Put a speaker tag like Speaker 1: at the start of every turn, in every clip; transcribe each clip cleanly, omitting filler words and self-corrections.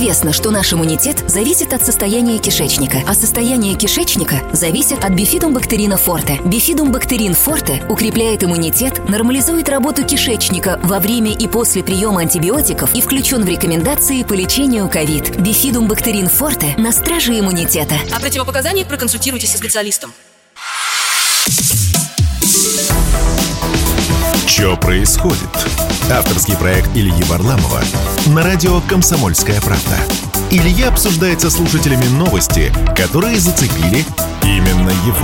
Speaker 1: Известно, что наш иммунитет зависит от состояния кишечника, а состояние кишечника зависит от Bifidum-Bacterina forte. Bifidum-Bacterin forte укрепляет иммунитет, нормализует работу кишечника во время и после приема антибиотиков и включен в рекомендации по лечению ковид. Bifidum-Bacterin forte на страже иммунитета.
Speaker 2: О противопоказаниях проконсультируйтесь со специалистом.
Speaker 3: Что происходит? Авторский проект Ильи Варламова на радио «Комсомольская правда». Илья обсуждает со слушателями новости, которые зацепили именно его.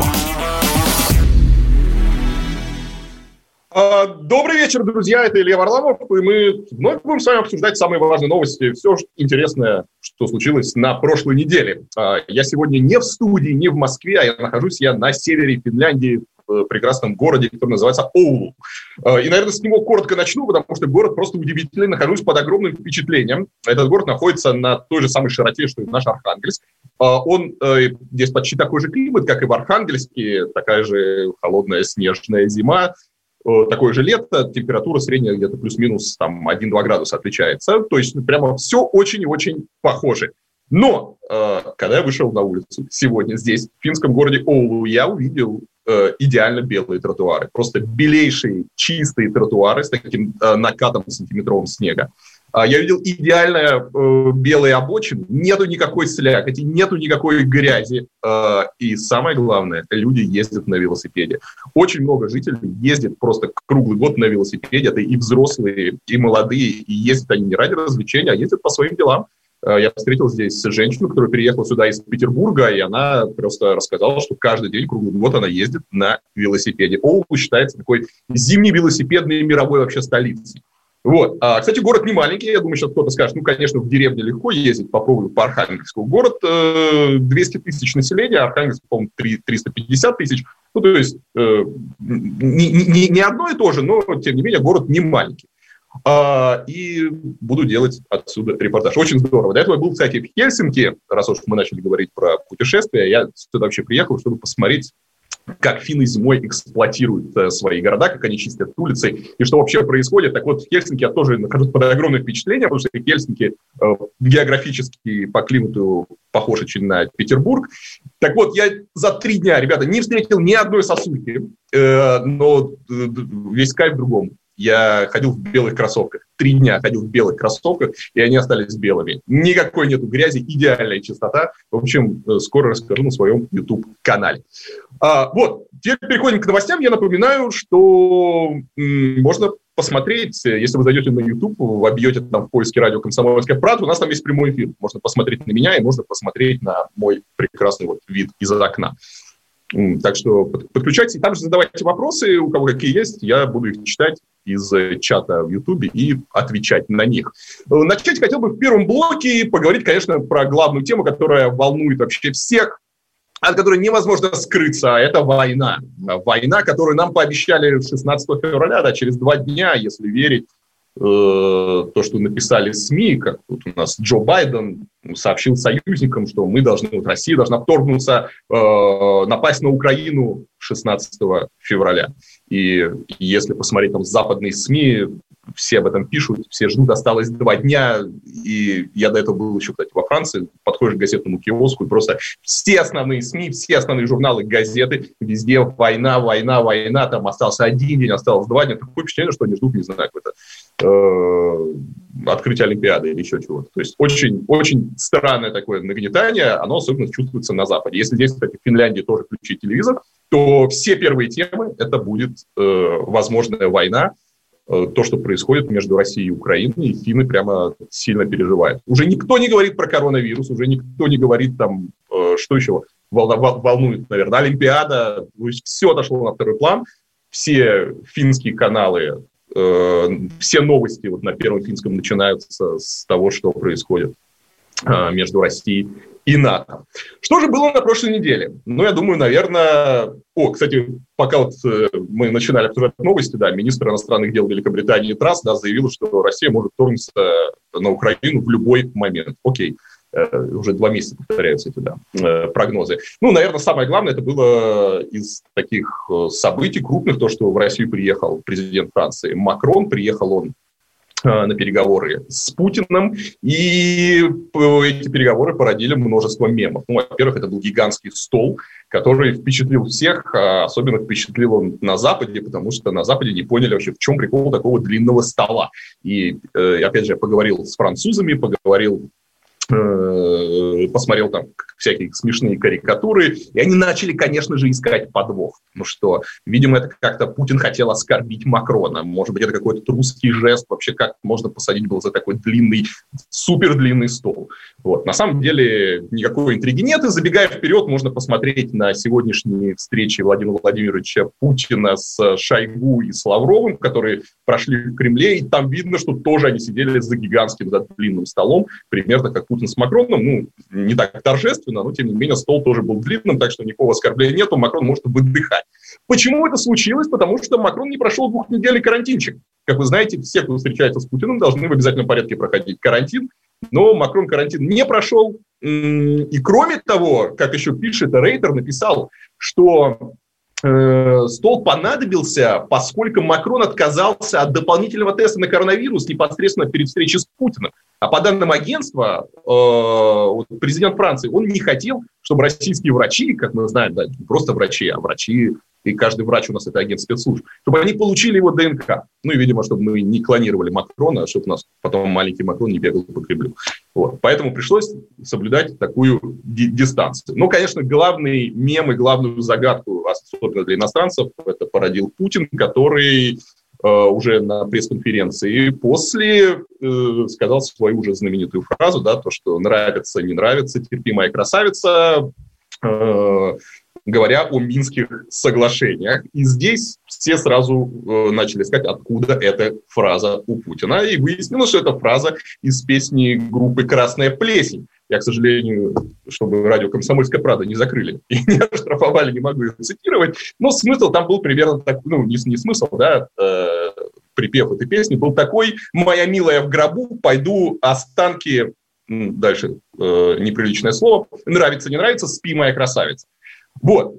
Speaker 4: Добрый вечер, друзья, это Илья Варламов, и мы вновь будем с вами обсуждать самые важные новости, все интересное, что случилось на прошлой неделе. Я сегодня не в студии, не в Москве, а нахожусь я на севере Финляндии, в прекрасном городе, который называется Оулу. И, наверное, с него коротко начну, потому что город просто удивительный, нахожусь под огромным впечатлением. Этот город находится на той же самой широте, что и наш Архангельск. Здесь почти такой же климат, как и в Архангельске, такая же холодная снежная зима, такое же лето, температура средняя где-то плюс-минус там 1-2 градуса отличается. То есть прямо все очень и очень похоже. Но когда я вышел на улицу сегодня здесь, в финском городе Оулу, я увидел идеально белые тротуары. Просто белейшие, чистые тротуары с таким накатом сантиметровым снега. Я видел идеально белые обочины, нету никакой слякоти, нету никакой грязи. И самое главное, люди ездят на велосипеде. Очень много жителей ездят просто круглый год на велосипеде. Это и взрослые, и молодые. И ездят они не ради развлечения, а ездят по своим делам. Я встретил здесь женщину, которая переехала сюда из Петербурга, и она просто рассказала, что каждый день, круглый год она ездит на велосипеде. Оулу считается такой зимней велосипедной мировой вообще столицей. Вот. Кстати, город не маленький, я думаю, сейчас кто-то скажет, конечно, в деревне легко ездить, попробую по Архангельску. Город 200 тысяч населения, Архангельск, по-моему, 350 тысяч. Ну, то есть не одно и то же, но, тем не менее, город не маленький. И буду делать отсюда репортаж. Очень здорово. До этого я был, кстати, в Хельсинки, раз уж мы начали говорить про путешествия. Я сюда вообще приехал, чтобы посмотреть, как финны зимой эксплуатируют свои города, как они чистят улицы и что вообще происходит. Так вот, в Хельсинки я тоже нахожусь под огромным впечатлением, потому что Хельсинки географически по климату похож очень на Петербург. Так вот, я за 3 дня, ребята, не встретил ни одной сосульки, но весь кайф в другом. Я ходил в белых кроссовках. 3 дня ходил в белых кроссовках, и они остались белыми. Никакой нету грязи, идеальная чистота. В общем, скоро расскажу на своем YouTube-канале. Вот, теперь переходим к новостям. Я напоминаю, что можно посмотреть, если вы зайдете на YouTube, вобьете там в поиске радио «Комсомольская правда», у нас там есть прямой эфир. Можно посмотреть на меня и можно посмотреть на мой прекрасный вид из окна. Так что подключайтесь, и там же задавайте вопросы, у кого какие есть, я буду их читать из чата в Ютубе и отвечать на них. Начать хотел бы в первом блоке поговорить, конечно, про главную тему, которая волнует вообще всех, от которой невозможно скрыться, а это война. Война, которую нам пообещали 16 февраля, да, через 2 дня, если верить то, что написали СМИ, как тут у нас Джо Байден сообщил союзникам, что Россия должна вторгнуться, напасть на Украину 16 февраля. И если посмотреть там западные СМИ, все об этом пишут, все ждут, осталось 2 дня, и я до этого был еще, кстати, во Франции, подходишь к газетному киоску, и просто все основные СМИ, все основные журналы, газеты, везде война, война, война, там остался 1 день, осталось 2 дня, такое впечатление, что они ждут, не знаю, какое-то открытие Олимпиады или еще чего-то. То есть очень, очень странное такое нагнетание, оно особенно чувствуется на Западе. Если здесь, кстати, в Финляндии тоже включить телевизор, то все первые темы это будет возможная война, то, что происходит между Россией и Украиной, и финны прямо сильно переживают. Уже никто не говорит про коронавирус, уже никто не говорит там, что еще волнует, наверное, Олимпиада, то есть все отошло на второй план, все финские каналы, все новости вот на Первом финском начинаются с того, что происходит между Россией и НАТО. Что же было на прошлой неделе? Ну, я думаю, наверное... кстати, пока вот мы начинали обсуждать новости, да, министр иностранных дел Великобритании Трасс, да, заявил, что Россия может вторгнуться на Украину в любой момент. Окей. Уже 2 месяца повторяются эти прогнозы. Ну, наверное, самое главное, это было из таких событий крупных, то, что в Россию приехал президент Франции Макрон. Приехал он на переговоры с Путиным, и эти переговоры породили множество мемов. Ну, во-первых, это был гигантский стол, который впечатлил всех, особенно впечатлил он на Западе, потому что на Западе не поняли вообще, в чем прикол такого длинного стола. И, опять же, я поговорил с французами, посмотрел там всякие смешные карикатуры, и они начали, конечно же, искать подвох. Ну что, видимо, это как-то Путин хотел оскорбить Макрона. Может быть, это какой-то русский жест. Вообще, как можно посадить было за такой длинный, супердлинный стол. Вот. На самом деле, никакой интриги нет. И забегая вперед, можно посмотреть на сегодняшние встречи Владимира Владимировича Путина с Шойгу и с Лавровым, которые прошли в Кремле, и там видно, что тоже они сидели за гигантским, за длинным столом, примерно как Путин с Макроном. Ну, не так торжественно, но, тем не менее, стол тоже был длинным, так что никакого оскорбления нету, Макрон может выдыхать. Почему это случилось? Потому что Макрон не прошел 2-недельный карантинчик. Как вы знаете, все, кто встречается с Путиным, должны в обязательном порядке проходить карантин, но Макрон карантин не прошел. И кроме того, как еще пишет Рейтер, написал, что стол понадобился, поскольку Макрон отказался от дополнительного теста на коронавирус непосредственно перед встречей с Путиным. А по данным агентства, президент Франции, он не хотел, чтобы российские врачи, как мы знаем, да, не просто врачи, а врачи, и каждый врач у нас это агент спецслужб, чтобы они получили его ДНК. Ну и, видимо, чтобы мы не клонировали Макрона, чтобы у нас потом маленький Макрон не бегал по Кремлю. Вот. Поэтому пришлось соблюдать такую дистанцию. Но, конечно, главный мем и главную загадку, особенно для иностранцев, это породил Путин, который уже на пресс-конференции после сказал свою уже знаменитую фразу, да, то, что нравится, не нравится, терпимая красавица, говоря о Минских соглашениях. И здесь все сразу начали искать, откуда эта фраза у Путина. И выяснилось, что это фраза из песни группы «Красная плесень». Я, к сожалению, чтобы радио «Комсомольская правда» не закрыли и не оштрафовали, не могу ее цитировать. Но смысл там был примерно так, ну, не смысл, да, припев этой песни был такой: «Моя милая в гробу, пойду останки», дальше неприличное слово, «нравится, не нравится, спи, моя красавица». Вот.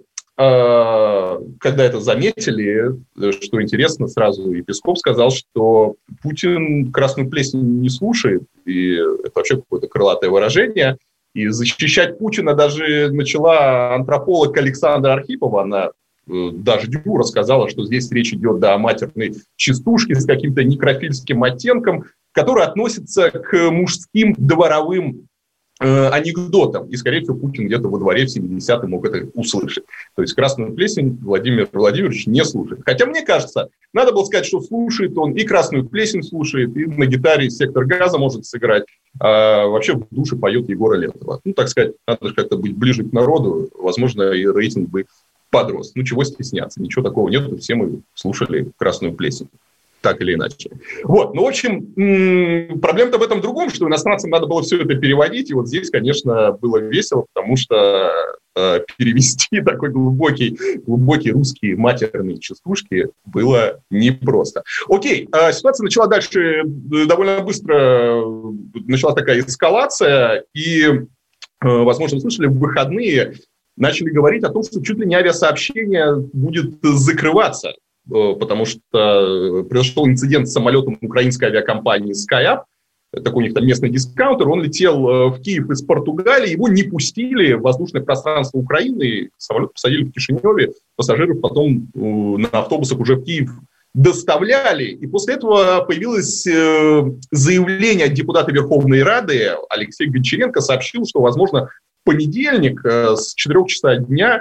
Speaker 4: Когда это заметили, что интересно, сразу и Песков сказал, что Путин «Красную плесень» не слушает, и это вообще какое-то крылатое выражение. И защищать Путина даже начала антрополог Александра Архипова. Она «Дождю» рассказала, что здесь речь идет, да, о матерной частушке с каким-то некрофильским оттенком, который относится к мужским дворовым анекдотом. И, скорее всего, Путин где-то во дворе в 70-е мог это услышать. То есть «Красную плесень» Владимир Владимирович не слушает. Хотя, мне кажется, надо было сказать, что слушает он и «Красную плесень» слушает, и на гитаре «Сектор газа» может сыграть. А вообще в душе поет Егора Летова. Ну, так сказать, надо же как-то быть ближе к народу. Возможно, и рейтинг бы подрос. Ну, чего стесняться? Ничего такого нет. Все мы слушали «Красную плесень». Так или иначе. Вот, ну, в общем, проблема-то в этом другом, что иностранцам надо было все это переводить, и вот здесь, конечно, было весело, потому что перевести такой глубокий русский матерные частушки было непросто. Окей, ситуация начала дальше довольно быстро, началась такая эскалация, и, возможно, вы слышали, в выходные начали говорить о том, что чуть ли не авиасообщение будет закрываться, потому что произошел инцидент с самолетом украинской авиакомпании SkyUp. Такой у них там местный дискаунтер. Он летел в Киев из Португалии, его не пустили в воздушное пространство Украины, самолет посадили в Кишиневе, пассажиров потом на автобусах уже в Киев доставляли. И после этого появилось заявление от депутата Верховной Рады. Алексей Гончаренко сообщил, что, возможно, в понедельник с 4 часа дня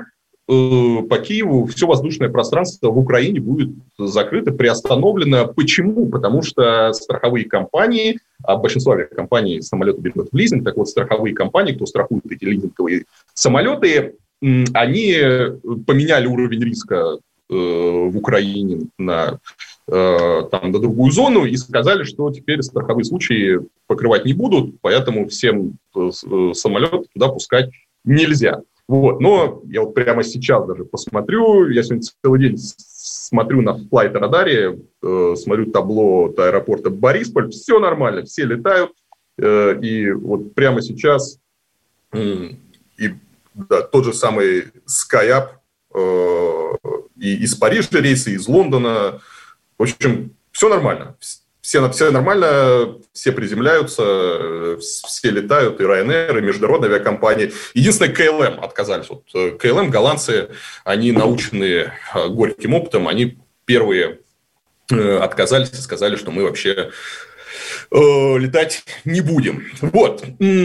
Speaker 4: по Киеву все воздушное пространство в Украине будет закрыто, приостановлено. Почему? Потому что страховые компании, а большинство авиакомпаний самолеты берут в лизинг, так вот страховые компании, кто страхует эти лизинговые самолеты, они поменяли уровень риска в Украине на другую зону и сказали, что теперь страховые случаи покрывать не будут, поэтому всем самолеты туда пускать нельзя. Вот, но я вот прямо сейчас даже посмотрю, я сегодня целый день смотрю на флайт-радаре, смотрю табло аэропорта Борисполь, все нормально, все летают, и вот прямо сейчас тот же самый SkyUp и из Парижа рейсы, из Лондона, в общем, все нормально, все нормально, все приземляются, все летают, и Ryanair, и международные авиакомпании. Единственное, КЛМ отказались. Вот КЛМ, голландцы, они научены горьким опытом, они первые отказались и сказали, что мы вообще летать не будем. Вот.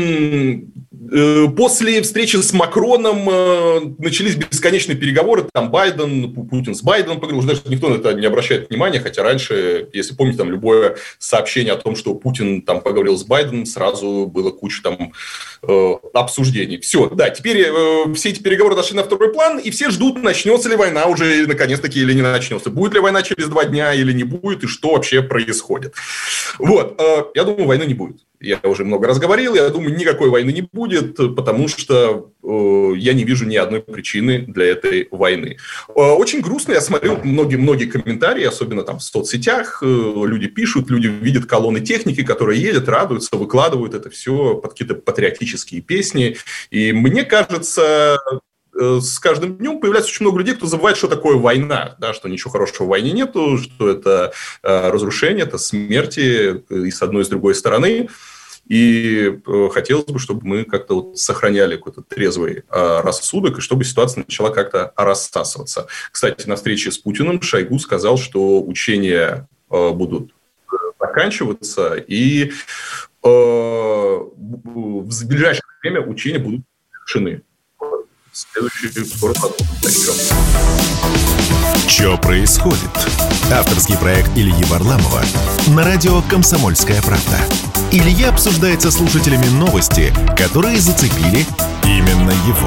Speaker 4: После встречи с Макроном начались бесконечные переговоры. Там Путин с Байденом поговорил. Уже даже никто на это не обращает внимания. Хотя раньше, если помните, там любое сообщение о том, что Путин там поговорил с Байденом, сразу было куча там обсуждений. Все, да, теперь все эти переговоры дошли на второй план, и все ждут, начнется ли война уже наконец-таки или не начнется. Будет ли война через 2 дня или не будет, и что вообще происходит. Вот, я думаю, войны не будет. Я уже много раз говорил, я думаю, никакой войны не будет, потому что я не вижу ни одной причины для этой войны. Очень грустно, я смотрю многие комментарии, особенно там в соцсетях, люди пишут, люди видят колонны техники, которые едут, радуются, выкладывают это все под какие-то патриотические песни. И мне кажется, с каждым днем появляется очень много людей, кто забывает, что такое война, да, что ничего хорошего в войне нету, что это разрушение, это смерти и с одной, и с другой стороны. И хотелось бы, чтобы мы как-то вот сохраняли какой-то трезвый рассудок, и чтобы ситуация начала как-то рассасываться. Кстати, на встрече с Путиным Шойгу сказал, что учения будут заканчиваться, и в ближайшее время учения будут завершены. Следующий скоро подробно.
Speaker 3: Чё происходит? Авторский проект Ильи Варламова на радио «Комсомольская правда». Илья обсуждает со слушателями новости, которые зацепили именно его.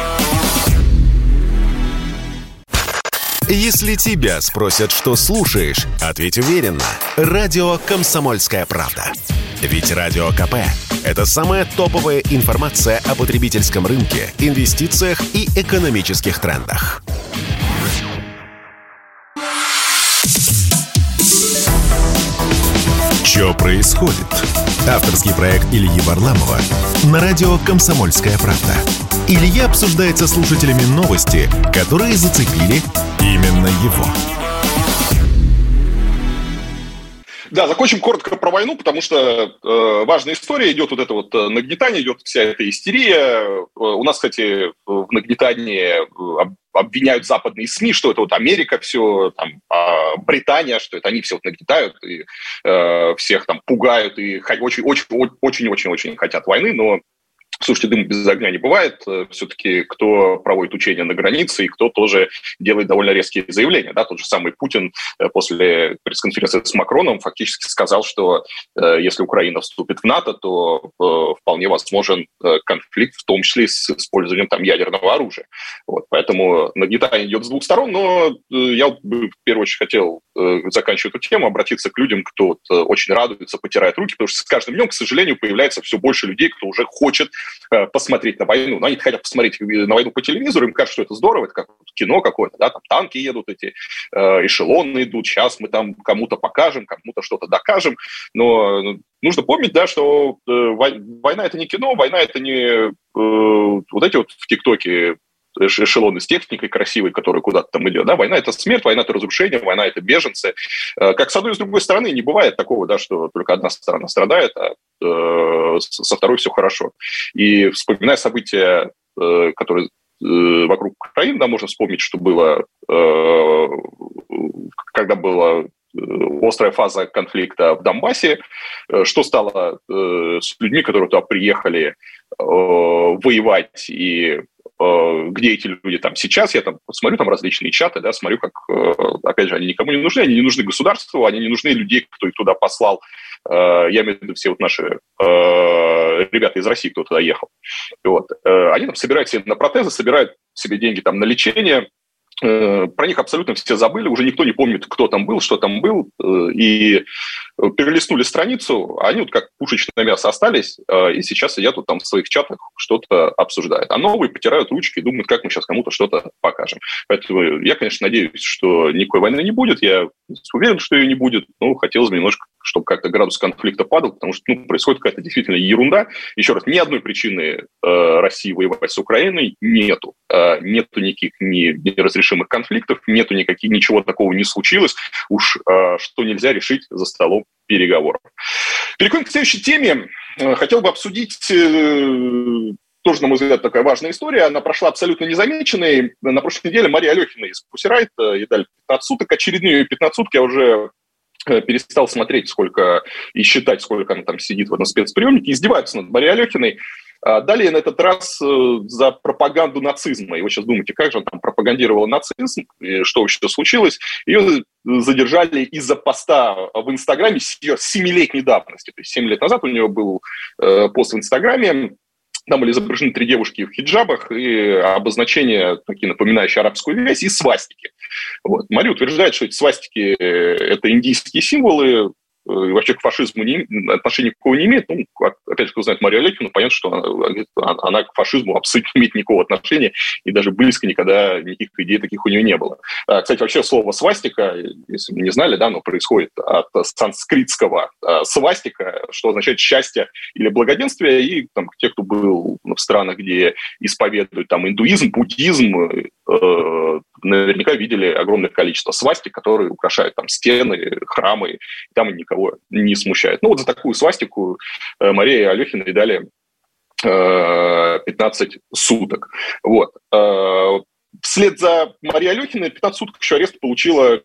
Speaker 3: Если тебя спросят, что слушаешь, ответь уверенно. Радио «Комсомольская правда». Ведь Радио КП – это самая топовая информация о потребительском рынке, инвестициях и экономических трендах. Чё происходит? Авторский проект Ильи Варламова на радио «Комсомольская правда». Илья обсуждает со слушателями новости, которые зацепили именно его.
Speaker 4: Да, закончим коротко про войну, потому что важная история, идет вот это вот нагнетание, идет вся эта истерия. У нас, кстати, в нагнетании обвиняют западные СМИ, что это вот Америка все, там, Британия, что это они все вот нагнетают и всех там пугают и очень-очень-очень хотят войны, но слушайте, дыма без огня не бывает. Все-таки кто проводит учения на границе и кто тоже делает довольно резкие заявления. Да? Тот же самый Путин после пресс-конференции с Макроном фактически сказал, что если Украина вступит в НАТО, то вполне возможен конфликт, в том числе с использованием там ядерного оружия. Вот. Поэтому нагнетание идет с двух сторон, но я бы в первую очередь хотел, заканчивая эту тему, обратиться к людям, кто очень радуется, потирает руки, потому что с каждым днем, к сожалению, появляется все больше людей, кто уже хочет посмотреть на войну. Но они хотят посмотреть на войну по телевизору, им кажется, что это здорово, это как кино какое-то, да, там танки едут эти, эшелоны идут, сейчас мы там кому-то покажем, кому-то что-то докажем, но нужно помнить, да, что война – это не кино, война – это не вот эти вот в ТикТоке эшелоны с техникой красивой, которая куда-то там идет. Да? Война – это смерть, война – это разрушение, война – это беженцы. Как с одной и с другой стороны не бывает такого, да, что только одна сторона страдает, а со второй все хорошо. И вспоминая события, которые вокруг Украины, да, можно вспомнить, что было, когда была острая фаза конфликта в Донбассе, что стало с людьми, которые туда приехали воевать, и где эти люди там сейчас, я там смотрю там различные чаты, да, смотрю, как, опять же, они никому не нужны, они не нужны государству, они не нужны людей, кто их туда послал. Я имею в виду все вот наши ребята из России, кто туда ехал. Вот. Они там собирают себе на протезы, собирают себе деньги там на лечение. Про них абсолютно все забыли, уже никто не помнит, кто там был, что там был, и перелистнули страницу, а они вот как пушечное мясо остались, и сейчас сидят вот там в своих чатах, что-то обсуждают. А новые потирают ручки и думают, как мы сейчас кому-то что-то покажем. Поэтому я, конечно, надеюсь, что никакой войны не будет, я уверен, что ее не будет, но хотелось бы немножко чтобы как-то градус конфликта падал, потому что происходит какая-то действительно ерунда. Еще раз, ни одной причины России воевать с Украиной нету. Нету никаких неразрешимых конфликтов, ничего такого не случилось, уж что нельзя решить за столом переговоров. Переходим к следующей теме. Хотел бы обсудить... Тоже, на мой взгляд, такая важная история. Она прошла абсолютно незамеченной. На прошлой неделе Мария Алехина из Pussy Riot ей дали 15 суток. Очередные 15 суток я уже перестал смотреть, сколько и считать, сколько она там сидит в этом спецприемнике. Издеваются над Марией Алехиной. Далее на этот раз за пропаганду нацизма. И вы сейчас думаете, как же она там пропагандировала нацизм, и что вообще случилось. Ее задержали из-за поста в Инстаграме с ее 7-летней давности. То есть 7 лет назад у нее был пост в Инстаграме. Там были изображены 3 девушки в хиджабах и обозначения, такие напоминающие арабскую вязь, и свастики. Вот. Мария утверждает, что эти свастики – это индийские символы, и вообще к фашизму отношения никакого не имеет. Опять же, кто знает Марию Алехину, понятно, что она к фашизму абсолютно не имеет никакого отношения, и даже близко никогда никаких идей таких у нее не было. Кстати, вообще слово «свастика», если вы не знали, да, оно происходит от санскритского «свастика», что означает «счастье» или «благоденствие», и там, те, кто был в странах, где исповедуют там, индуизм, буддизм, наверняка видели огромное количество свастик, которые украшают там стены, храмы, и там никого не смущает. Вот за такую свастику Марии Алехиной дали 15 суток. Вот. Вслед за Марией Алехиной 15 суток еще арест получила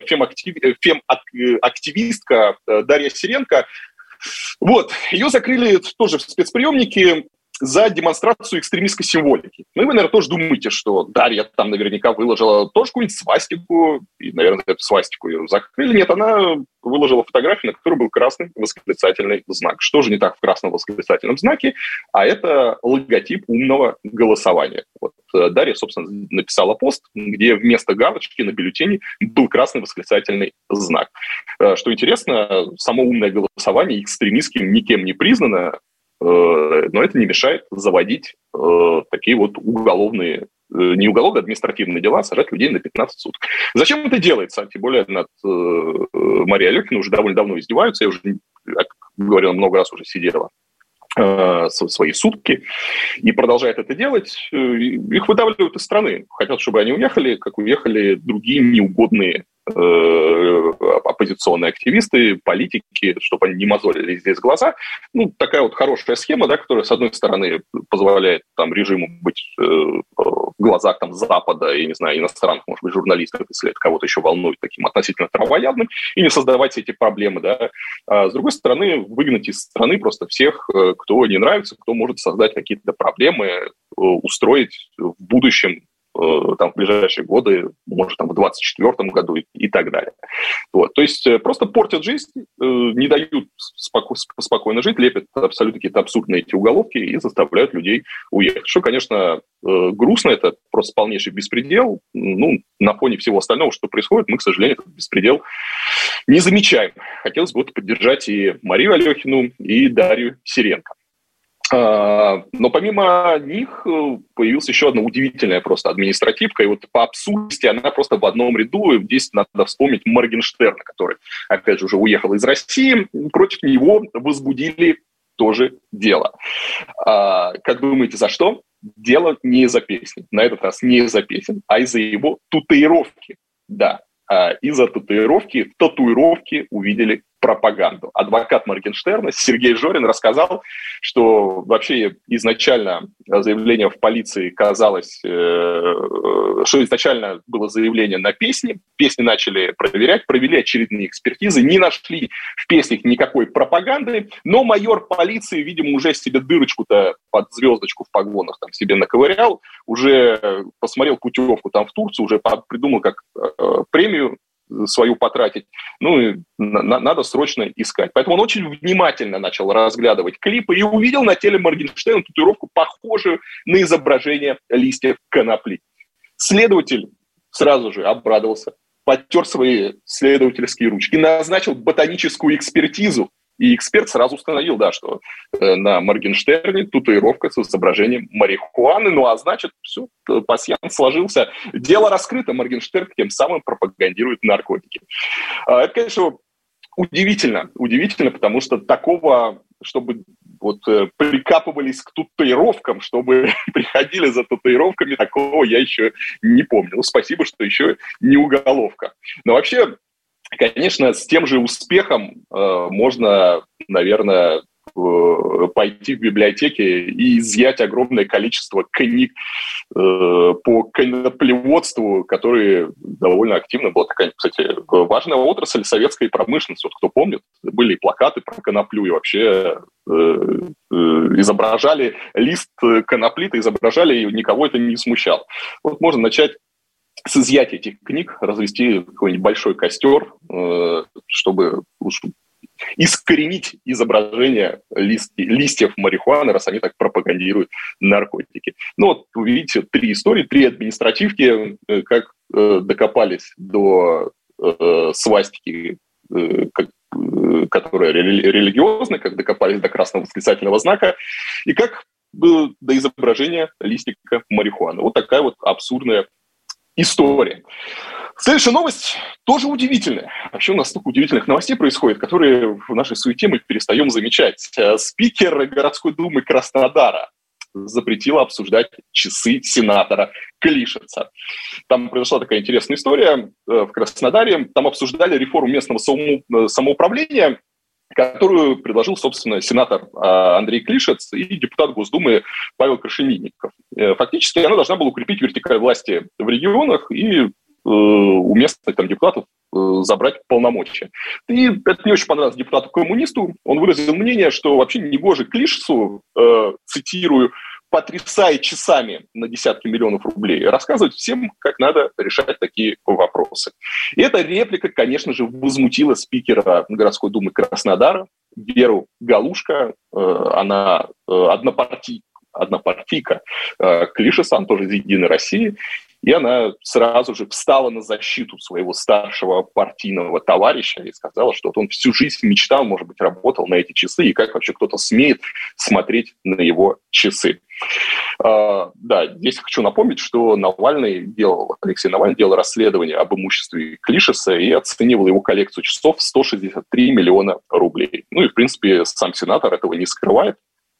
Speaker 4: фем-активистка Дарья Сиренко. Вот. Ее закрыли тоже в спецприемнике за демонстрацию экстремистской символики. Ну и вы, наверное, тоже думаете, что Дарья там наверняка выложила тоже какую-нибудь свастику, и, наверное, эту свастику ее закрыли. Нет, она выложила фотографию, на которой был красный восклицательный знак. Что же не так в красном восклицательном знаке? А это логотип умного голосования. Вот Дарья, собственно, написала пост, где вместо галочки на бюллетене был красный восклицательный знак. Что интересно, само умное голосование экстремистским никем не признано, но это не мешает заводить такие вот уголовные, не уголовные, административные дела, сажать людей на 15 суток. Зачем это делается? Тем более над Марией Алехиной уже довольно давно издеваются. Я уже, как говорил, много раз уже сидела свои сутки и продолжает это делать. Их выдавливают из страны. Хотят, чтобы они уехали, как уехали другие неугодные оппозиционные активисты, политики, чтобы они не мозолили здесь глаза. Такая вот хорошая схема, да, которая, с одной стороны, позволяет там, режиму быть в глазах там, Запада и, не знаю, иностранных, может быть, журналистов, если это кого-то еще волнует, таким относительно травоядным, и не создавать эти проблемы. Да. А с другой стороны, выгнать из страны просто всех, кто не нравится, кто может создать какие-то проблемы, устроить в будущем, там, в ближайшие годы, может, там, в 2024 году и так далее. Вот. То есть просто портят жизнь, не дают спокойно жить, лепят абсолютно какие-то абсурдные эти уголовки и заставляют людей уехать. Что, конечно, грустно, это просто полнейший беспредел. На фоне всего остального, что происходит, мы, к сожалению, этот беспредел не замечаем. Хотелось бы поддержать и Марию Алехину, и Дарью Сиренко. Но помимо них появилась еще одна удивительная просто административка, и вот по абсурдности она просто в одном ряду. Здесь надо вспомнить Моргенштерна, который, опять же, уже уехал из России. Против него возбудили тоже дело. Как думаете, за что? Дело не из-за песни. На этот раз не из-за песен, а из-за его татуировки. Да, из-за татуировки в татуировке увидели пропаганду. Адвокат Моргенштерна Сергей Жорин рассказал, что вообще изначально заявление в полиции казалось, что изначально было заявление на песни. Песни начали проверять, провели очередные экспертизы, не нашли в песнях никакой пропаганды, но майор полиции, видимо, уже себе дырочку-то под звездочку в погонах там себе наковырял, уже посмотрел путевку там в Турцию, уже придумал, как премию свою потратить. Надо срочно искать. Поэтому он очень внимательно начал разглядывать клипы и увидел на теле Моргенштерна татуировку, похожую на изображение листьев конопли. Следователь сразу же обрадовался, потер свои следовательские ручки, назначил ботаническую экспертизу. И эксперт сразу установил, да, что на Моргенштерне татуировка с изображением марихуаны. А значит, все, пасьянс сложился. Дело раскрыто. Моргенштерн тем самым пропагандирует наркотики. Это, конечно,
Speaker 5: Удивительно, потому что такого, чтобы прикапывались к татуировкам, чтобы приходили за татуировками, такого я еще не помню. Ну, спасибо, что еще не уголовка. Но вообще, конечно, с тем же успехом можно, наверное, пойти в библиотеки и изъять огромное количество книг по коноплеводству, которые довольно активно была такая, кстати, важная отрасль советской промышленности. Вот кто помнит, были и плакаты про коноплю, и вообще изображали лист конопли, изображали, и никого это не смущало. Вот можно начать с изъятия этих книг, развести какой-нибудь большой костер, чтобы искоренить изображение листьев марихуаны, раз они так пропагандируют наркотики. Ну вот вы видите 3 истории, 3 административки, как докопались до свастики, которая религиозная, как докопались до красного восклицательного знака, и как до изображения листика марихуаны. Вот такая вот абсурдная история. Следующая новость тоже удивительная. Вообще у нас столько удивительных новостей происходит, которые в нашей суете мы перестаем замечать. Спикер городской думы Краснодара запретил обсуждать часы сенатора Клишеца. Там произошла такая интересная история в Краснодаре. Там обсуждали реформу местного самоуправления, которую предложил, собственно, сенатор Андрей Клишец и депутат Госдумы Павел Крашенинников. Фактически она должна была укрепить вертикаль власти в регионах и у местных там депутатов забрать полномочия. И это не очень понравилось депутату-коммунисту. Он выразил мнение, что вообще негоже Клишцу, цитирую, потрясая часами на десятки миллионов рублей, рассказывать всем, как надо решать такие вопросы. И эта реплика, конечно же, возмутила спикера городской думы Краснодара Веру Галушко. Она однопартийка Клишеса, она тоже из «Единой России». И она сразу же встала на защиту своего старшего партийного товарища и сказала, что он всю жизнь мечтал, может быть, работал на эти часы, и как вообще кто-то смеет смотреть на его часы. Да, здесь хочу напомнить, что Алексей Навальный делал расследование об имуществе Клишеса и оценивал его коллекцию часов в 163 миллиона рублей. Ну и, в принципе, сам сенатор этого не скрывает.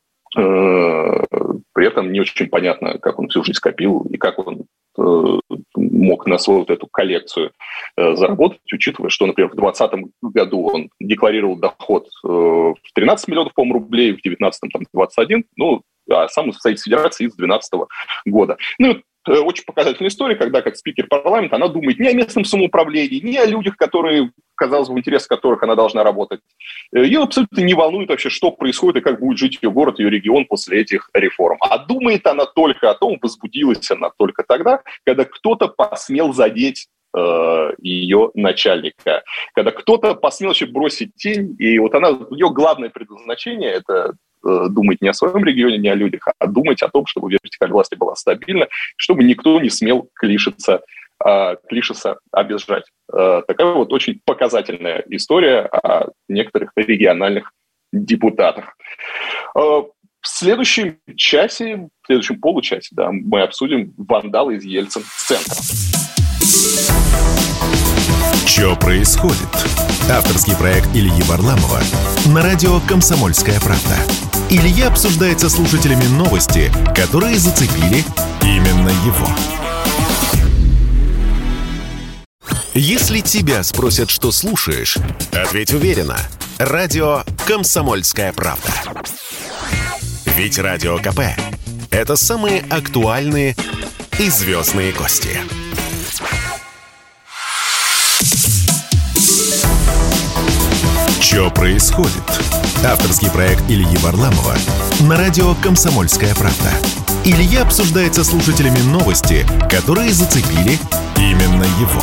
Speaker 5: При этом не очень понятно, как он всю жизнь скопил и как он мог на свою вот эту коллекцию заработать, учитывая, что, например, в 2020 году он декларировал доход в 13 миллионов, по-моему, рублей, в 2019 там 21, а сам состоит в Федерации с 2012 года. Очень показательная история, когда как спикер парламента она думает не о местном самоуправлении, не о людях, которые, казалось бы, в интересах которых она должна работать. Ее абсолютно не волнует вообще, что происходит и как будет жить ее город, ее регион после этих реформ. А думает она только о том, возбудилась она только тогда, когда кто-то посмел задеть ее начальника, когда кто-то посмел вообще бросить тень, и вот ее главное предназначение – это думать не о своем регионе, не о людях, а думать о том, чтобы вертикаль власти была стабильна, чтобы никто не смел Клишеса обижать. Такая вот очень показательная история о некоторых региональных депутатах. В следующем получасе, мы обсудим вандалы из Ельцин-центра.
Speaker 3: Что происходит? Авторский проект Ильи Варламова на радио «Комсомольская правда». Илья обсуждает со слушателями новости, которые зацепили именно его. Если тебя спросят, что слушаешь, ответь уверенно. Радио «Комсомольская правда». Ведь Радио КП – это самые актуальные и звездные гости. Что происходит? Авторский проект Ильи Варламова на радио «Комсомольская правда». Илья обсуждает со слушателями новости, которые зацепили именно его.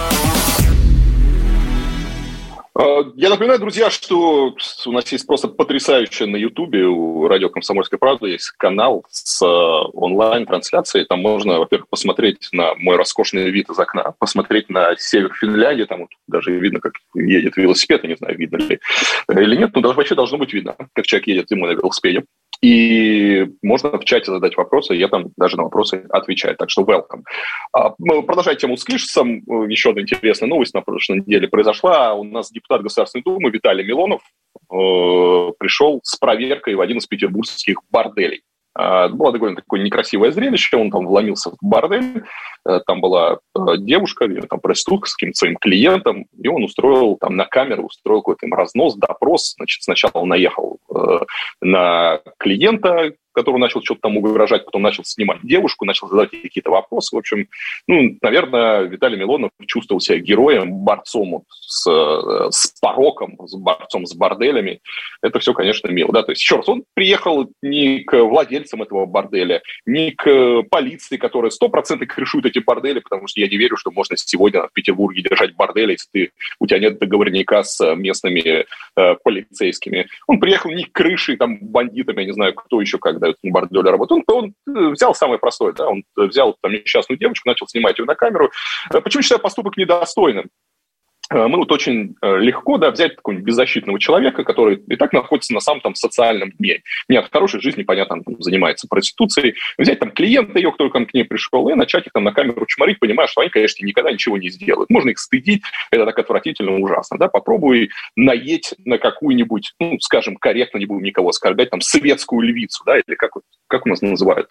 Speaker 5: Я напоминаю, друзья, что у нас есть просто потрясающее на Ютубе, у радио «Комсомольская правда» есть канал с онлайн-трансляцией. Там можно, во-первых, посмотреть на мой роскошный вид из окна, посмотреть на север Финляндии, там вот даже видно, как едет велосипед, я не знаю, видно ли или нет, но даже вообще должно быть видно, как человек едет ему на велосипеде. И можно в чате задать вопросы, я там даже на вопросы отвечаю. Так что welcome. Продолжая тему с Клишесом, еще одна интересная новость на прошлой неделе произошла. У нас депутат Государственной Думы Виталий Милонов пришел с проверкой в один из петербургских борделей. Было довольно такое некрасивое зрелище, он там вломился в бордель, там была девушка, там проститутка с каким-то своим клиентом, и он устроил там на камеру, устроил какой-то им разнос, допрос. Значит, сначала он наехал на клиента, который начал что-то там угрожать, потом начал снимать девушку, начал задавать ей какие-то вопросы. В общем, наверное, Виталий Милонов чувствовал себя героем, борцом с пороком, борцом с борделями. Это все, конечно, мило. Да? То есть, еще раз, он приехал не к владельцам этого борделя, не к полиции, которая 100% крышует эти бордели, потому что я не верю, что можно сегодня в Петербурге держать бордели, если у тебя нет договорника с местными полицейскими. Он приехал не к крыше, там, бандитам, я не знаю, кто еще как дают на борделе работать. Он взял самое простое, да, он взял там несчастную девочку, начал снимать ее на камеру. Почему считаю поступок недостойным? Мы вот очень легко, да, взять такого беззащитного человека, который и так находится на самом там социальном дне. Нет, в хорошей жизни, понятно, там, занимается проституцией. Взять там клиента ее, кто к ней пришел, и начать их там на камеру чморить, понимая, что они, конечно, никогда ничего не сделают. Можно их стыдить, это так отвратительно, ужасно. Да? Попробуй наедь на какую-нибудь, скажем, корректно, не будем никого оскорблять, там, светскую львицу, да, или как у нас называют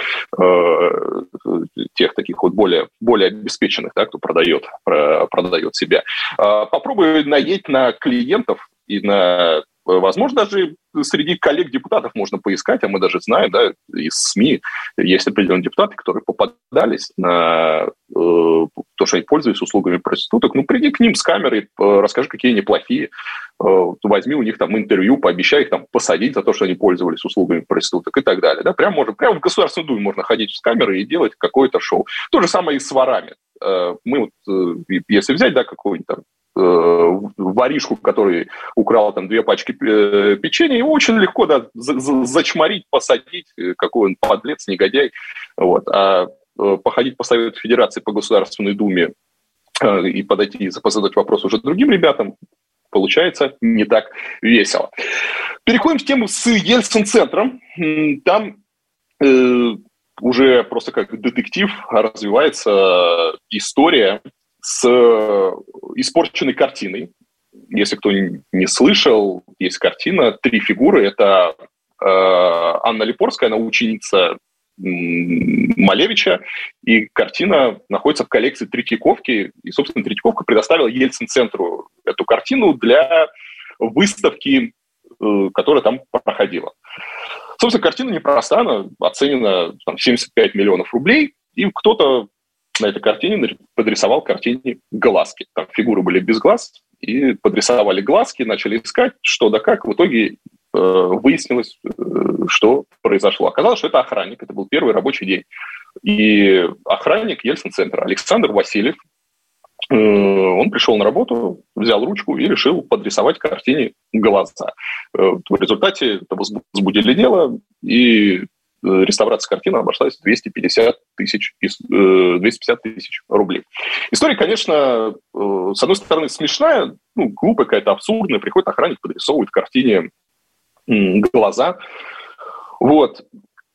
Speaker 5: тех таких вот более обеспеченных, да, кто продает себя. Попробуй наедь на клиентов и на, возможно, даже среди коллег-депутатов можно поискать, а мы даже знаем, да, из СМИ есть определенные депутаты, которые попадались на то, что они пользуются услугами проституток. Приди к ним с камерой, расскажи, какие они плохие, возьми у них там интервью, пообещай их там посадить за то, что они пользовались услугами проституток и так далее. Да? Прямо в Государственную Думу можно ходить с камерой и делать какое-то шоу. То же самое и с ворами. Мы вот, если взять, да, какой-нибудь там воришку, который украл там 2 пачки печенья, его очень легко, да, зачморить, посадить, какой он подлец, негодяй. Вот. А походить по Совету Федерации, по Государственной Думе и подойти и задать вопрос уже другим ребятам, получается не так весело. Переходим в тему с Ельцин-центром. Там уже просто как детектив развивается история с испорченной картиной. Если кто не слышал, есть картина, 3 фигуры. Это Анна Липорская, она ученица Малевича, и картина находится в коллекции Третьяковки, и, собственно, Третьяковка предоставила Ельцин-центру эту картину для выставки, которая там проходила. Собственно, картина непроста, она оценена там, 75 миллионов рублей, и кто-то на этой картине подрисовал картине глазки. Там фигуры были без глаз, и подрисовали глазки, начали искать, что да как. В итоге выяснилось, что произошло. Оказалось, что это охранник, это был первый рабочий день. И охранник Ельцин-центра Александр Васильев, он пришел на работу, взял ручку и решил подрисовать картине глаза. В результате это возбудили дело, и реставрация картины обошлась в 250 тысяч рублей. История, конечно, с одной стороны смешная, глупая какая-то, абсурдная. Приходит охранник, подрисовывает картине глаза. Вот.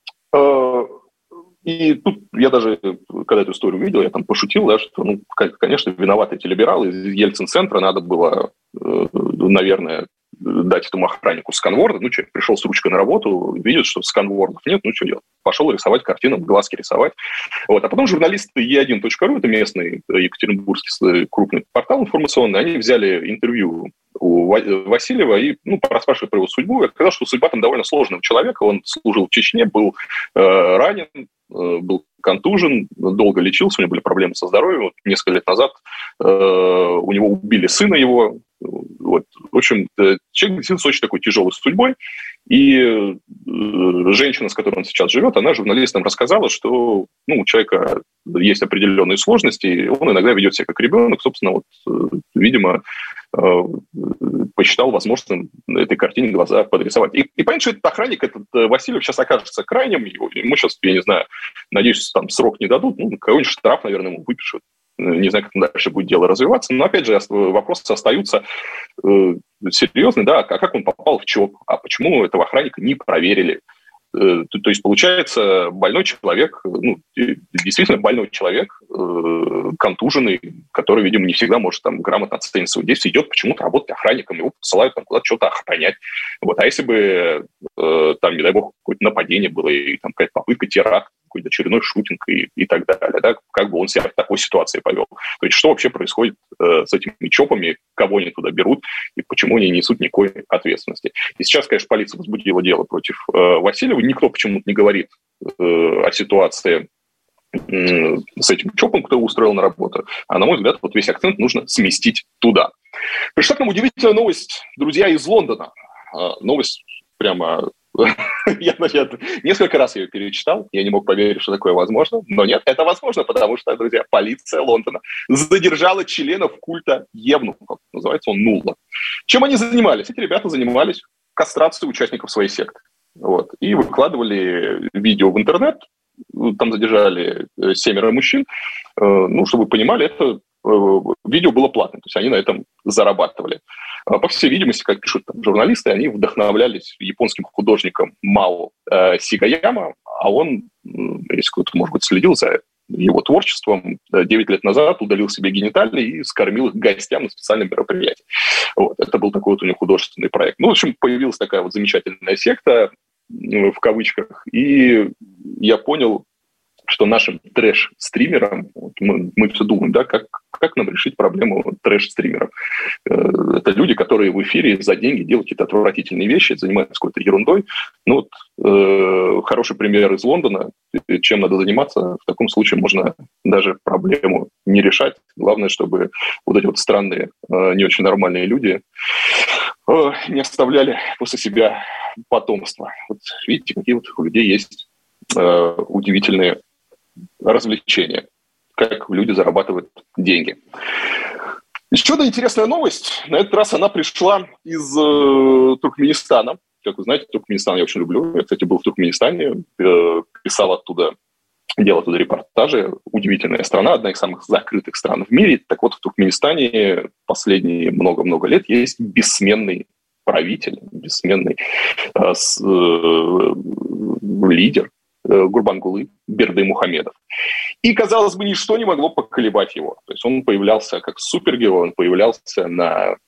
Speaker 5: И тут я даже, когда эту историю увидел, я там пошутил, да, что, конечно, виноваты эти либералы. Из Ельцин-центра надо было, наверное, дать этому охраннику сканворд. Человек пришел с ручкой на работу, видит, что сканвордов нет, что делать? Пошел рисовать картину, глазки рисовать. Вот. А потом журналисты E1.ru, это местный екатеринбургский крупный портал информационный, они взяли интервью у Васильева и поспрашивали про его судьбу. И оказалось, что судьба там довольно сложная у человека. Он служил в Чечне, был ранен, был контужен, долго лечился, у него были проблемы со здоровьем. Вот несколько лет назад у него убили сына его. Вот. В общем, человек действительно с очень такой тяжелой судьбой. И женщина, с которой он сейчас живет, она журналистам рассказала, что у человека есть определенные сложности, и он иногда ведет себя как ребенок. Собственно, видимо, посчитал возможным этой картине глаза подрисовать. И понятно, что этот охранник, этот Васильев, сейчас окажется крайним. Ему сейчас, я не знаю, надеюсь, там срок не дадут. Какой-нибудь штраф, наверное, ему выпишут. Не знаю, как дальше будет дело развиваться. Но, опять же, вопросы остаются серьезные. Да, а как он попал в ЧОП? А почему этого охранника не проверили? То есть, получается, больной человек, действительно больной человек, контуженный, который, видимо, не всегда может там грамотно оценить свои действия, идет почему-то работать охранником, его посылают там куда-то что-то охранять. Вот. А если бы там, не дай бог, какое-то нападение было, и там какая-то попытка теракта, какой-то очередной шутинг и так далее, да, как бы он себя в такой ситуации повел. То есть что вообще происходит с этими ЧОПами, кого они туда берут и почему они не несут никакой ответственности. И сейчас, конечно, полиция возбудила дело против Васильева. Никто почему-то не говорит о ситуации с этим ЧОПом, кто его устроил на работу. А, на мой взгляд, вот весь акцент нужно сместить туда. Пришла к нам удивительная новость, друзья, из Лондона. Новость прямо... Я несколько раз ее перечитал, я не мог поверить, что такое возможно, но нет, это возможно, потому что, друзья, полиция Лондона задержала членов культа евнухов, называется он Нулла. Чем они занимались? Эти ребята занимались кастрацией участников своей секты. Вот. И выкладывали видео в интернет, там задержали 7 мужчин, чтобы вы понимали, это видео было платным, то есть они на этом зарабатывали. По всей видимости, как пишут там журналисты, они вдохновлялись японским художником Мао Сигаяма, а он, если кто-то, может быть, следил за его творчеством, 9 лет назад удалил себе гениталии и скормил их гостям на специальном мероприятии. Вот. Это был такой вот у него художественный проект. В общем, появилась такая вот замечательная секта, в кавычках, и я понял, что нашим трэш-стримерам, мы все думаем, да, как нам решить проблему трэш-стримеров. Это люди, которые в эфире за деньги делают какие-то отвратительные вещи, занимаются какой-то ерундой. Хороший пример из Лондона. Чем надо заниматься? В таком случае можно даже проблему не решать. Главное, чтобы вот эти вот странные, не очень нормальные люди не оставляли после себя потомство. Вот видите, какие вот у людей есть удивительные развлечения, как люди зарабатывают деньги. Еще одна интересная новость. На этот раз она пришла из Туркменистана. Как вы знаете, Туркменистан я очень люблю. Я, кстати, был в Туркменистане, писал оттуда, делал оттуда репортажи. Удивительная страна, одна из самых закрытых стран в мире. Так вот, в Туркменистане последние много-много лет есть бессменный правитель, бессменный лидер, Гурбангулы Бердымухамедов. И, казалось бы, ничто не могло поколебать его. То есть он появлялся как супергерой, он появлялся на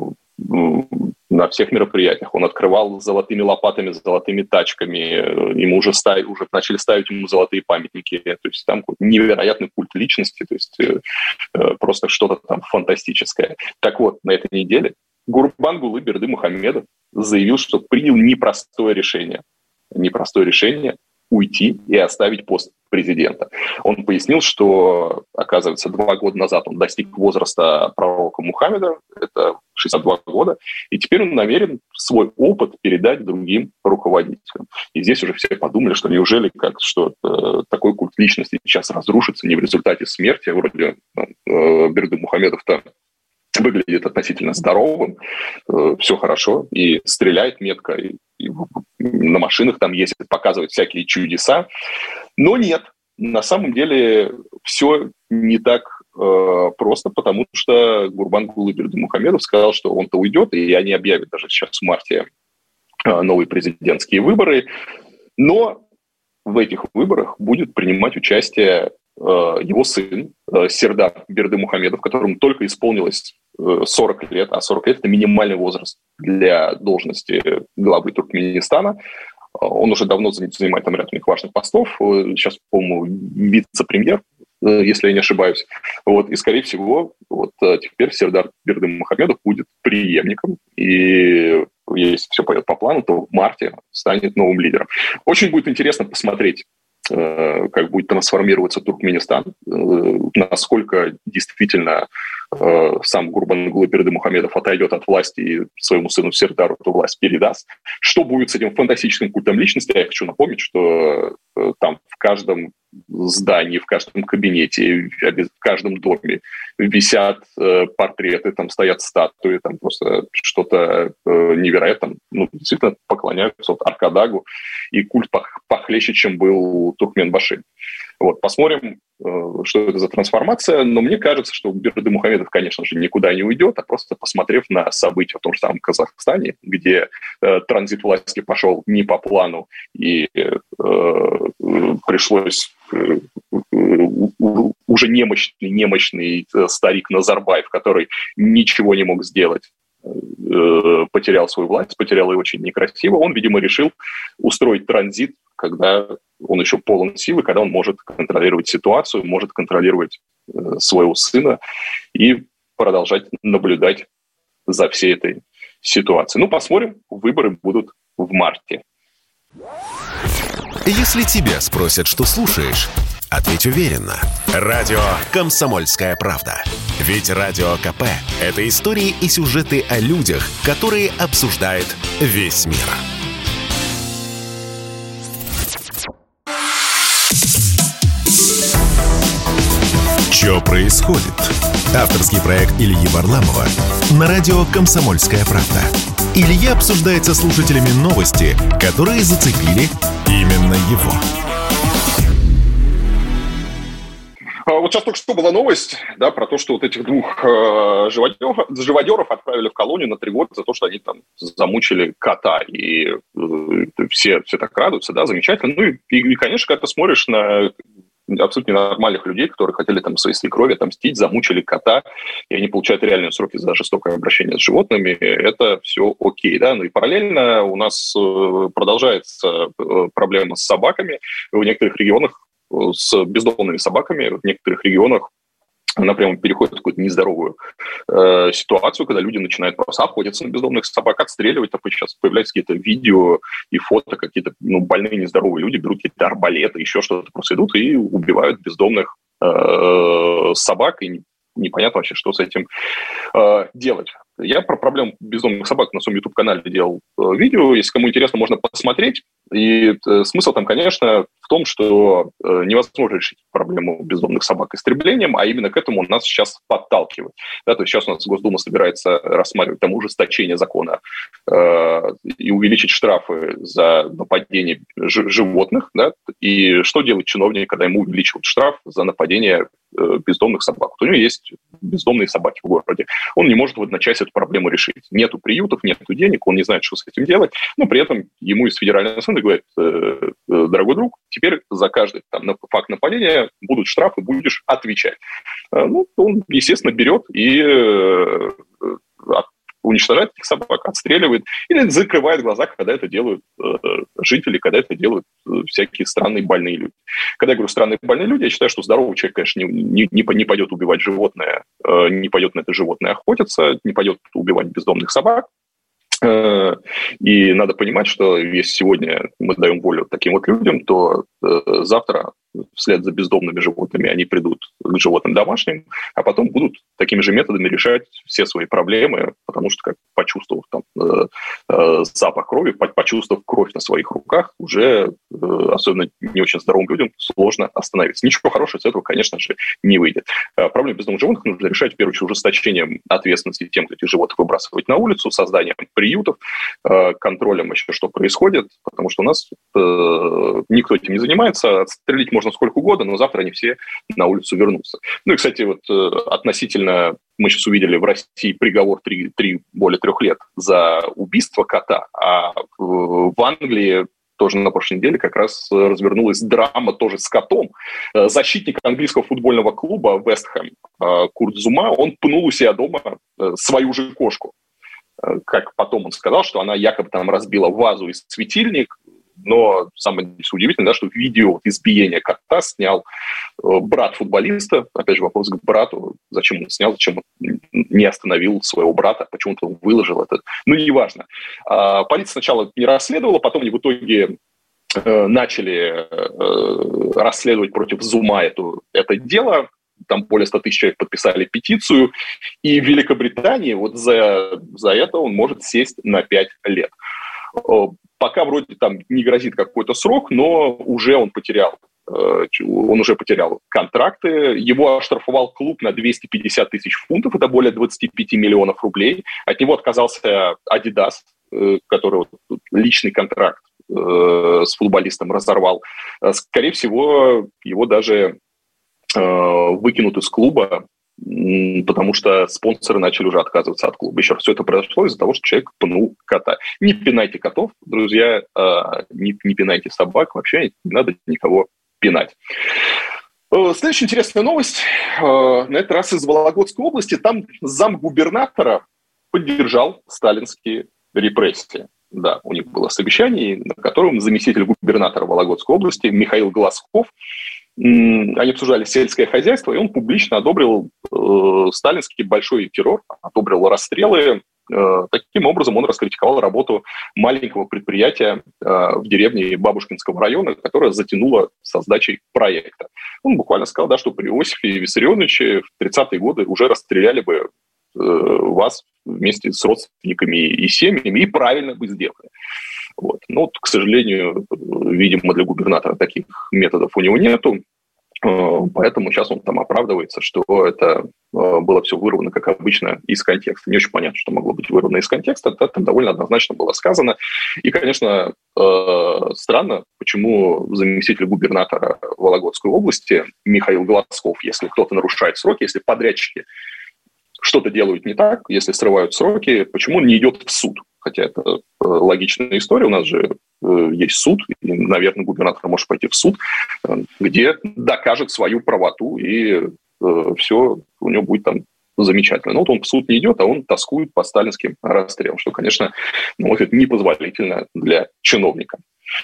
Speaker 5: всех мероприятиях. Он открывал золотыми лопатами, золотыми тачками. Ему уже начали ставить ему золотые памятники. То есть там невероятный культ личности. То есть просто что-то там фантастическое. Так вот, на этой неделе Гурбангулы Бердымухамедов заявил, что принял непростое решение уйти и оставить пост президента. Он пояснил, что, оказывается, 2 года назад он достиг возраста пророка Мухаммеда, это 62 года, и теперь он намерен свой опыт передать другим руководителям. И здесь уже все подумали, что неужели такой культ личности сейчас разрушится не в результате смерти, вроде Бердымухамедов-то выглядит относительно здоровым, все хорошо, и стреляет метко, и на машинах там ездит, показывает всякие чудеса. Но нет, на самом деле все не так просто, потому что Гурбангулы Бердымухамедов сказал, что он-то уйдет, и они объявят даже сейчас в марте новые президентские выборы. Но в этих выборах будет принимать участие его сын Сердар Бердымухамедов, которому только исполнилось 40 лет, а 40 лет – это минимальный возраст для должности главы Туркменистана. Он уже давно занимает там ряд у них важных постов. Сейчас, по-моему, вице-премьер, если я не ошибаюсь. Вот. И, скорее всего, теперь Сердар Бердымухамедов будет преемником. И если все пойдет по плану, то в марте станет новым лидером. Очень будет интересно посмотреть, как будет трансформироваться Туркменистан, насколько действительно сам Гурбангулы Бердымухамедов отойдет от власти и своему сыну Сердару эту власть передаст. Что будет с этим фантастическим культом личности? Я хочу напомнить, что там в каждом здании, в каждом кабинете, в каждом доме висят портреты, там стоят статуи, там просто что-то невероятное. Действительно поклоняются Аркадагу, и культ похлеще, чем был Туркменбаши. Вот, посмотрим, что это за трансформация. Но мне кажется, что Бердымухамедов, конечно же, никуда не уйдет, а просто посмотрев на события в том же самом Казахстане, где транзит власти пошел не по плану, и пришлось уже немощный старик Назарбаев, который ничего не мог сделать, потерял свою власть, потерял ее очень некрасиво. Он, видимо, решил устроить транзит, когда он еще полон силы, когда он может контролировать ситуацию, может контролировать своего сына и продолжать наблюдать за всей этой ситуацией. Ну, посмотрим, выборы будут в марте.
Speaker 3: Если тебя спросят, что слушаешь, ответь уверенно. Радио «Комсомольская правда». Ведь Радио КП – это истории и сюжеты о людях, которые обсуждает весь мир. Что происходит? Авторский проект Ильи Варламова на радио «Комсомольская правда». Илья обсуждает со слушателями новости, которые зацепили именно его.
Speaker 5: Вот сейчас только что была новость, да, про то, что вот этих двух живодеров отправили в колонию на 3 года за то, что они там замучили кота. И все так радуются, да, замечательно. Ну и, конечно, когда ты смотришь на абсолютно нормальных людей, которые хотели там своей свекрови отомстить, замучили кота, и они получают реальные сроки за жестокое обращение с животными, это все окей, да. Ну и параллельно у нас продолжается проблема с собаками в некоторых регионах, с бездомными собаками, в некоторых регионах она прямо переходит в какую-то нездоровую ситуацию, когда люди начинают просто охотиться на бездомных собак, отстреливать. Такое сейчас появляются какие-то видео и фото, какие-то больные, нездоровые люди берут какие-то арбалеты, еще что-то, просто идут и убивают бездомных собак, и непонятно вообще, что с этим делать. Я про проблему бездомных собак на своем YouTube-канале делал видео. Если кому интересно, можно посмотреть. И смысл там, конечно, в том, что невозможно решить проблему бездомных собак истреблением, а именно к этому нас сейчас подталкивают. Да, то есть сейчас у нас Госдума собирается рассматривать там ужесточение закона и увеличить штрафы за нападение животных. Да, и что делает чиновник, когда ему увеличивают штраф за нападение бездомных собак? Вот у него есть бездомные собаки в городе. Он не может в одночасье эту проблему решить. Нету приютов, нету денег, он не знает, что с этим делать, но при этом ему из федерального суда говорят: дорогой друг, теперь за каждый факт нападения будут штрафы, будешь отвечать. Ну, он, естественно, берет и уничтожает этих собак, отстреливает или закрывает глаза, когда это делают жители, когда это делают всякие странные больные люди. Когда я говорю странные больные люди, я считаю, что здоровый человек, конечно, не пойдет убивать животное, не пойдет на это животное охотиться, не пойдет убивать бездомных собак. И надо понимать, что если сегодня мы даем волю таким вот людям, то завтра вслед за бездомными животными они придут к животным домашним, а потом будут такими же методами решать все свои проблемы, потому что, как почувствовав там запах крови, почувствовав кровь на своих руках, уже особенно не очень здоровым людям сложно остановиться. Ничего хорошего из этого, конечно же, не выйдет. Проблему бездомных животных нужно решать, в первую очередь, ужесточением ответственности тем, кто этих животных выбрасывает на улицу, созданием приютов, контролем еще, что происходит, потому что у нас никто этим не занимается. Отстрелить можно сколько угодно, но завтра они все на улицу вернутся. Ну и, кстати, вот относительно, мы сейчас увидели в России приговор более 3 лет за убийство кота, а в Англии тоже на прошлой неделе как раз развернулась драма тоже с котом. Защитник английского футбольного клуба Вест Хэм Курт Зума, он пнул у себя дома свою же кошку. Как потом он сказал, что она якобы там разбила вазу и светильник, но самое удивительное, да, что видео избиения кота снял брат футболиста. Опять же, вопрос к брату, зачем он снял, зачем он не остановил своего брата, почему-то он выложил это. Ну, неважно. Полиция сначала не расследовала, потом они в итоге начали расследовать против Зума это дело. Там более 100 тысяч человек подписали петицию, и в Великобритании вот за это он может сесть на 5 лет. Пока вроде там не грозит какой-то срок, но уже он уже потерял контракты. Его оштрафовал клуб на 250 тысяч фунтов, это более 25 миллионов рублей. От него отказался Adidas, который личный контракт с футболистом разорвал. Скорее всего, его даже выкинут из клуба, потому что спонсоры начали уже отказываться от клуба. Еще раз, все это произошло из-за того, что человек пнул кота. Не пинайте котов, друзья, не пинайте собак, вообще не надо никого пинать. Следующая интересная новость, на этот раз из Вологодской области. Там замгубернатора поддержал сталинские репрессии. Да, у них было совещание, на котором заместитель губернатора Вологодской области Михаил Глазков, они обсуждали сельское хозяйство, и он публично одобрил сталинский большой террор, одобрил расстрелы. Таким образом, он раскритиковал работу маленького предприятия в деревне Бабушкинского района, которое затянуло со сдачей проекта. Он буквально сказал, да, что при Иосифе Виссарионовиче в 30-е годы уже расстреляли бы вас вместе с родственниками и семьями, и правильно бы сделали. Вот. Но, к сожалению, видимо, для губернатора таких методов у него нету, поэтому сейчас он там оправдывается, что это было все вырвано, как обычно, из контекста. Не очень понятно, что могло быть вырвано из контекста, это там довольно однозначно было сказано. И, конечно, странно, почему заместитель губернатора Вологодской области Михаил Глазков, если кто-то нарушает сроки, если подрядчики что-то делают не так, если срывают сроки, почему он не идет в суд? Хотя это логичная история, у нас же есть суд, и, наверное, губернатор может пойти в суд, где докажет свою правоту, и все у него будет там замечательно. Но вот он в суд не идет, а он тоскует по сталинским расстрелам, что, конечно, это непозволительно для чиновника.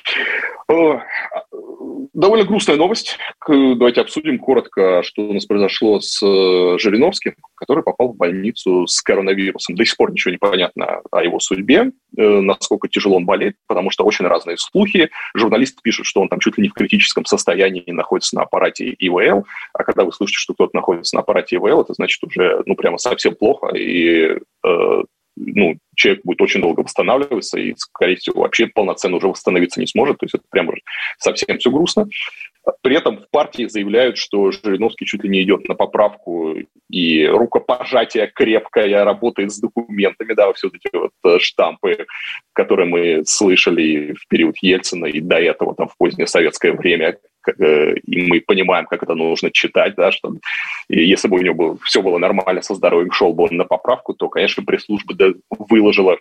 Speaker 5: Довольно грустная новость. Давайте обсудим коротко, что у нас произошло с Жириновским, который попал в больницу с коронавирусом. До сих пор ничего не понятно о его судьбе, насколько тяжело он болеет, потому что очень разные слухи. Журналисты пишут, что он там чуть ли не в критическом состоянии находится на аппарате ИВЛ, а когда вы слышите, что кто-то находится на аппарате ИВЛ, это значит уже прямо совсем плохо, и человек будет очень долго восстанавливаться и, скорее всего, вообще полноценно уже восстановиться не сможет. То есть это прямо совсем все грустно. При этом в партии заявляют, что Жириновский чуть ли не идет на поправку, и рукопожатие крепкое, работает с документами, да, все эти вот штампы, которые мы слышали в период Ельцина и до этого, там, в позднее советское время, и мы понимаем, как это нужно читать, да, что если бы у него все было нормально со здоровьем, шел бы он на поправку, то, конечно, пресс-служба выложила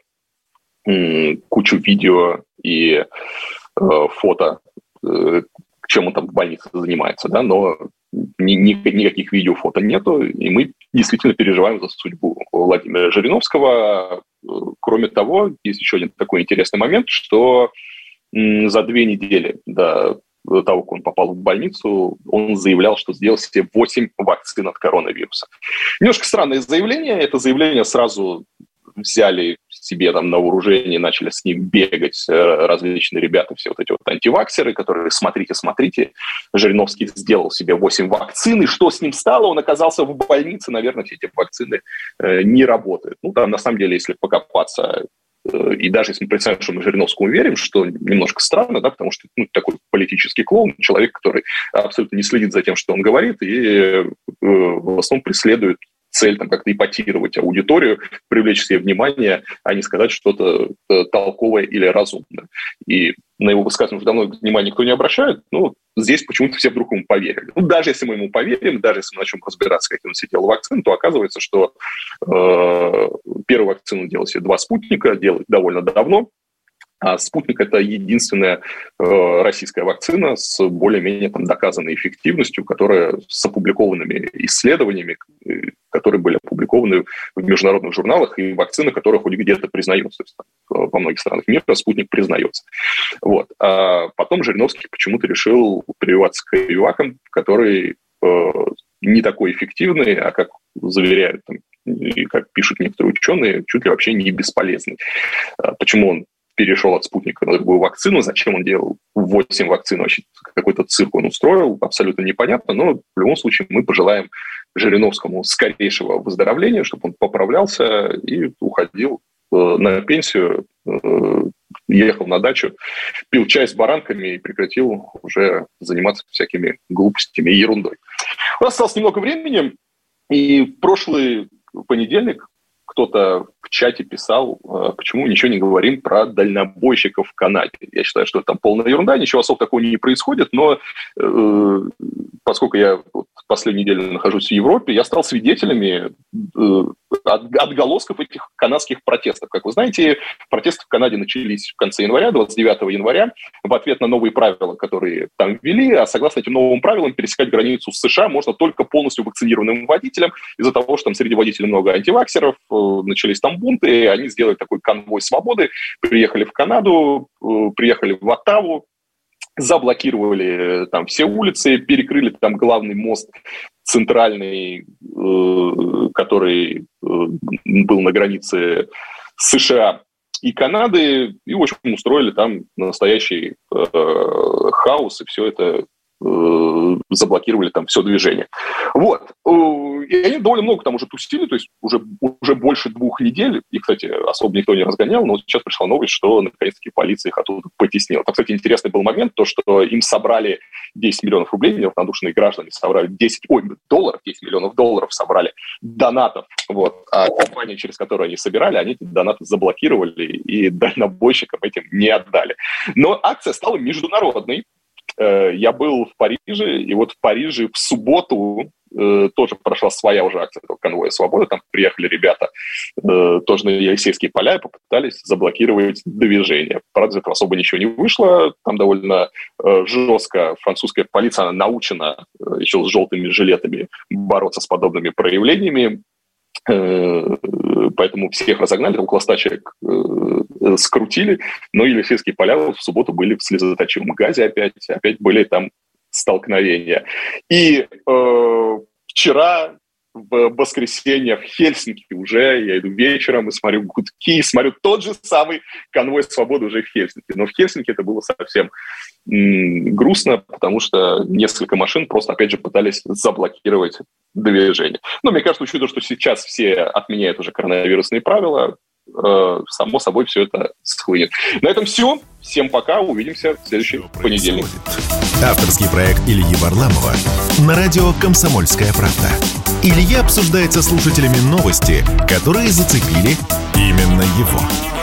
Speaker 5: кучу видео и фото, чем он там в больнице занимается, да, но никаких видео, фото нету, и мы действительно переживаем за судьбу Владимира Жириновского. Кроме того, есть еще один такой интересный момент, что за 2 недели до того, как он попал в больницу, он заявлял, что сделал себе 8 вакцин от коронавируса. Немножко странное заявление. Это заявление сразу взяли себе там на вооружение, начали с ним бегать различные ребята, все вот эти вот антиваксеры, которые смотрите, Жириновский сделал себе 8 вакцин, и что с ним стало? Он оказался в больнице, наверное, все эти вакцины не работают. Там, на самом деле, если покопаться, и даже если мы представим, что мы Жириновскому верим, что немножко странно, да, потому что такой политический клоун, человек, который абсолютно не следит за тем, что он говорит, и в основном преследует цель там как-то ипотировать аудиторию, привлечь себе внимание, а не сказать что-то толковое или разумное. И на его высказывание уже давно внимания никто не обращает, здесь почему-то все вдруг ему поверили. Даже если мы ему поверим, даже если мы начнем разбираться, как он себе делал вакцину, то оказывается, что первую вакцину делал себе 2 спутника, делает довольно давно. А «Спутник» — это единственная российская вакцина с более-менее доказанной эффективностью, которая с опубликованными исследованиями, которые были опубликованы в международных журналах, и вакцина, которая хоть где-то признается. То есть, во многих странах мира «Спутник» признается. Вот. А потом Жириновский почему-то решил прививаться ковиваком, который не такой эффективный, а, как заверяют, и как пишут некоторые ученые, чуть ли вообще не бесполезный. Почему он перешел от «Спутника» на другую вакцину, зачем он делал 8 вакцин, вообще какой-то цирк он устроил, абсолютно непонятно, но в любом случае мы пожелаем Жириновскому скорейшего выздоровления, чтобы он поправлялся и уходил на пенсию, ехал на дачу, пил чай с баранками и прекратил уже заниматься всякими глупостями и ерундой. У нас осталось немного времени, и в прошлый понедельник, кто-то в чате писал, почему ничего не говорим про дальнобойщиков в Канаде. Я считаю, что это там полная ерунда, ничего особо такого не происходит, но поскольку я последнюю неделю нахожусь в Европе, я стал свидетелями отголосков этих канадских протестов. Как вы знаете, протесты в Канаде начались в конце января, 29 января, в ответ на новые правила, которые там ввели, а согласно этим новым правилам пересекать границу с США можно только полностью вакцинированным водителям. Из-за того, что там среди водителей много антиваксеров, начались там бунты, и они сделали такой конвой свободы, приехали в Канаду, приехали в Оттаву, заблокировали там все улицы, перекрыли там главный мост центральный, который был на границе США и Канады, и, в общем, устроили там настоящий хаос, и все это заблокировали там все движение. Вот. И они довольно много там уже тусили, то есть уже больше 2 недель. И, кстати, особо никто не разгонял, но вот сейчас пришла новость, что, наконец-таки, полиция их оттуда потеснила. Там, кстати, интересный был момент, то, что им собрали 10 миллионов рублей, неравнодушные граждане собрали 10 миллионов долларов собрали донатов. Вот. А компания, через которую они собирали, они эти донаты заблокировали и дальнобойщикам этим не отдали. Но акция стала международной. Я был в Париже, и вот в Париже в субботу тоже прошла своя уже акция конвоя свободы. Там приехали ребята тоже на Елисейские поля и попытались заблокировать движение. Правда, из этого особо ничего не вышло. Там довольно жестко французская полиция, она научена еще с желтыми жилетами бороться с подобными проявлениями. Поэтому всех разогнали, около 100 человек скрутили, но Елисейские поля в субботу были в слезоточивом газе опять были там столкновения. И вчера, в воскресенье, в Хельсинки уже, я иду вечером и смотрю гудки, смотрю тот же самый конвой свободы уже в Хельсинки. Но в Хельсинки это было совсем грустно, потому что несколько машин просто, опять же, пытались заблокировать движение. Но мне кажется, учитывая, что сейчас все отменяют уже коронавирусные правила, само собой все это схлынет. На этом все. Всем пока. Увидимся в следующий понедельник.
Speaker 3: Авторский проект Ильи Варламова на радио «Комсомольская правда». Илья обсуждает со слушателями новости, которые зацепили именно его.